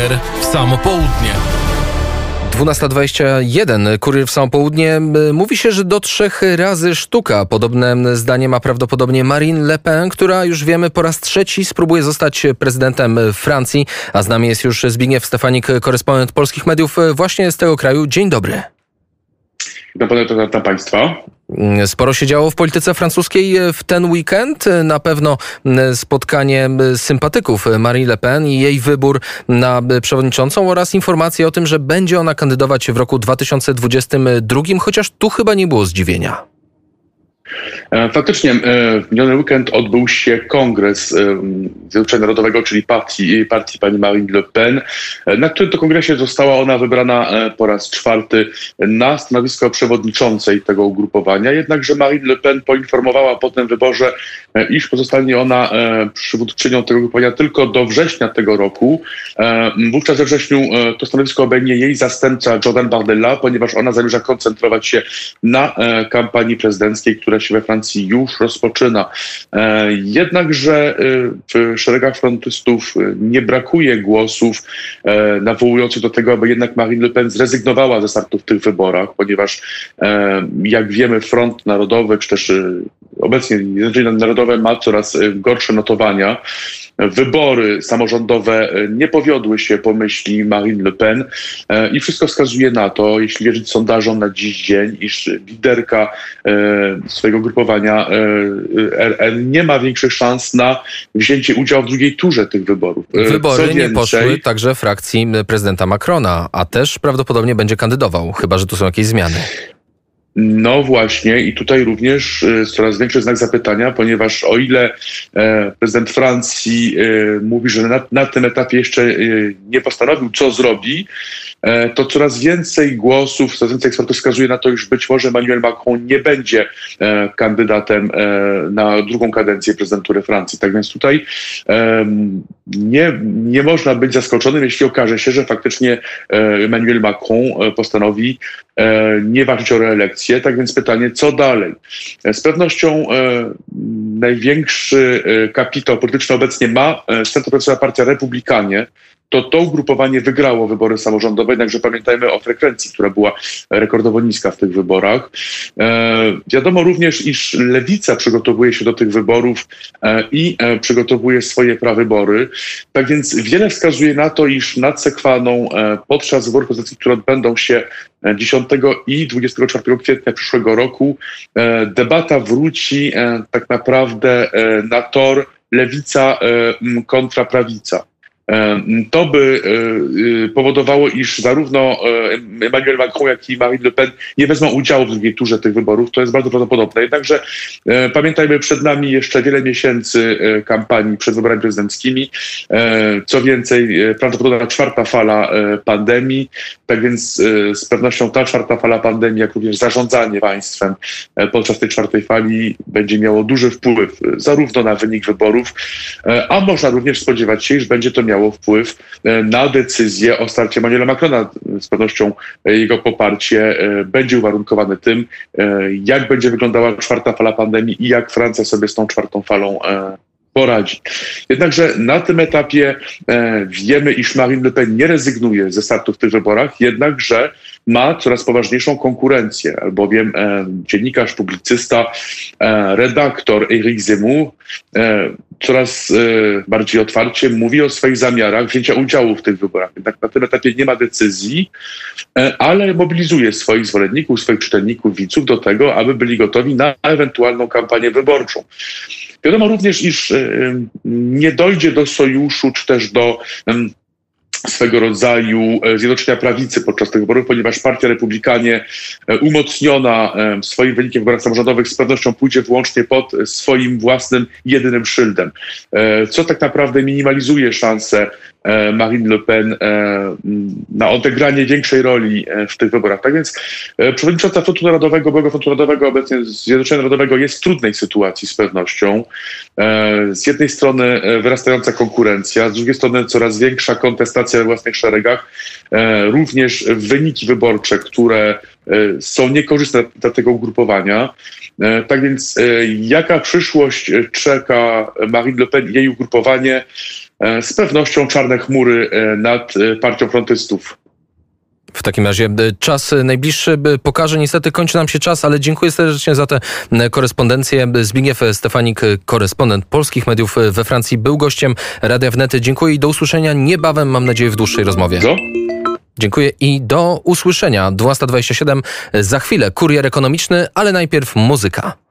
Kurier w samo południe. 12:21. Kurier w samo południe. Mówi się, że do 3 razy sztuka. Podobne zdanie ma prawdopodobnie Marine Le Pen, która już wiemy po raz 3 spróbuje zostać prezydentem Francji. A z nami jest już Zbigniew Stefanik, korespondent polskich mediów właśnie z tego kraju. Dzień dobry. Witam Państwa. Sporo się działo w polityce francuskiej w ten weekend. Na pewno spotkanie sympatyków Marine Le Pen i jej wybór na przewodniczącą oraz informacje o tym, że będzie ona kandydować w roku 2022, chociaż tu chyba nie było zdziwienia. Faktycznie w miniony weekend odbył się kongres Zjednoczenia Narodowego, czyli partii pani Marine Le Pen, na którym to kongresie została ona wybrana po raz 4 na stanowisko przewodniczącej tego ugrupowania. Jednakże Marine Le Pen poinformowała po tym wyborze, iż pozostanie ona przywódczynią tego ugrupowania tylko do września tego roku. Wówczas we wrześniu to stanowisko obejmie jej zastępca Jordan Bardella, ponieważ ona zamierza koncentrować się na kampanii prezydenckiej, która się we Francji już rozpoczyna. Jednakże w szeregach frontystów nie brakuje głosów nawołujących do tego, aby jednak Marine Le Pen zrezygnowała ze startu w tych wyborach, ponieważ jak wiemy Front Narodowy, czy też obecnie Zjednoczenie Narodowe ma coraz gorsze notowania. Wybory samorządowe nie powiodły się po myśli Marine Le Pen i wszystko wskazuje na to, jeśli wierzyć sondażom na dziś dzień, iż liderka swojego grupowania RN nie ma większych szans na wzięcie udziału w drugiej turze tych wyborów. Wybory nie poszły także frakcji prezydenta Macrona, a też prawdopodobnie będzie kandydował, chyba że tu są jakieś zmiany. No właśnie i tutaj również coraz większy znak zapytania, ponieważ o ile prezydent Francji mówi, że na tym etapie jeszcze nie postanowił, co zrobi, to coraz więcej głosów, coraz więcej ekspertów wskazuje na to, iż być może Emmanuel Macron nie będzie kandydatem na drugą kadencję prezydentury Francji. Tak więc tutaj nie można być zaskoczonym, jeśli okaże się, że faktycznie Emmanuel Macron postanowi nie walczyć o reelekcję. Tak więc pytanie, co dalej? Z pewnością największy kapitał polityczny obecnie ma centroprawicowa partia Republikanie. To ugrupowanie wygrało wybory samorządowe, jednakże pamiętajmy o frekwencji, która była rekordowo niska w tych wyborach. Wiadomo również, iż Lewica przygotowuje się do tych wyborów i przygotowuje swoje prawybory. Tak więc wiele wskazuje na to, iż nad Sekwaną podczas wyborów prezydenckich, które odbędą się 10 i 24 kwietnia przyszłego roku, debata wróci tak naprawdę na tor lewica kontra prawica. To by powodowało, iż zarówno Emmanuel Macron, jak i Marine Le Pen nie wezmą udziału w drugiej turze tych wyborów. To jest bardzo prawdopodobne. Jednakże pamiętajmy, przed nami jeszcze wiele miesięcy kampanii przed wyborami prezydenckimi. Co więcej, prawdopodobna 4. fala pandemii. Tak więc z pewnością ta 4. fala pandemii, jak również zarządzanie państwem podczas tej 4. fali będzie miało duży wpływ zarówno na wynik wyborów, a można również spodziewać się, iż będzie to miało wpływ na decyzję o starcie Emmanuela Macrona. Z pewnością jego poparcie będzie uwarunkowane tym, jak będzie wyglądała 4. fala pandemii i jak Francja sobie z tą 4. falą poradzi. Jednakże na tym etapie wiemy, iż Marine Le Pen nie rezygnuje ze startu w tych wyborach, jednakże ma coraz poważniejszą konkurencję, albowiem dziennikarz, publicysta, redaktor Éric Zemmour coraz bardziej otwarcie mówi o swoich zamiarach wzięcia udziału w tych wyborach. Jednak na tym etapie nie ma decyzji, ale mobilizuje swoich zwolenników, swoich czytelników, widzów do tego, aby byli gotowi na ewentualną kampanię wyborczą. Wiadomo również, iż nie dojdzie do sojuszu, czy też do swego rodzaju zjednoczenia prawicy podczas tych wyborów, ponieważ partia Republikanie umocniona swoim wynikiem w wyborach samorządowych z pewnością pójdzie wyłącznie pod swoim własnym jedynym szyldem, co tak naprawdę minimalizuje szanse Marine Le Pen na odegranie większej roli w tych wyborach. Tak więc przewodnicząca Frontu Narodowego, byłego Frontu Narodowego, obecnie Zjednoczenia Narodowego, jest w trudnej sytuacji z pewnością. Z jednej strony wyrastająca konkurencja, z drugiej strony coraz większa kontestacja we własnych szeregach, również wyniki wyborcze, które są niekorzystne dla tego ugrupowania. Tak więc jaka przyszłość czeka Marine Le Pen i jej ugrupowanie? z pewnością czarne chmury nad partią frontystów. W takim razie czas najbliższy pokaże. Niestety kończy nam się czas, ale dziękuję serdecznie za tę korespondencję. Zbigniew Stefanik, korespondent polskich mediów we Francji, był gościem Radia Wnet. Dziękuję i do usłyszenia niebawem, mam nadzieję, w dłuższej rozmowie. Co? Dziękuję i do usłyszenia. 12:27 za chwilę. Kurier ekonomiczny, ale najpierw muzyka.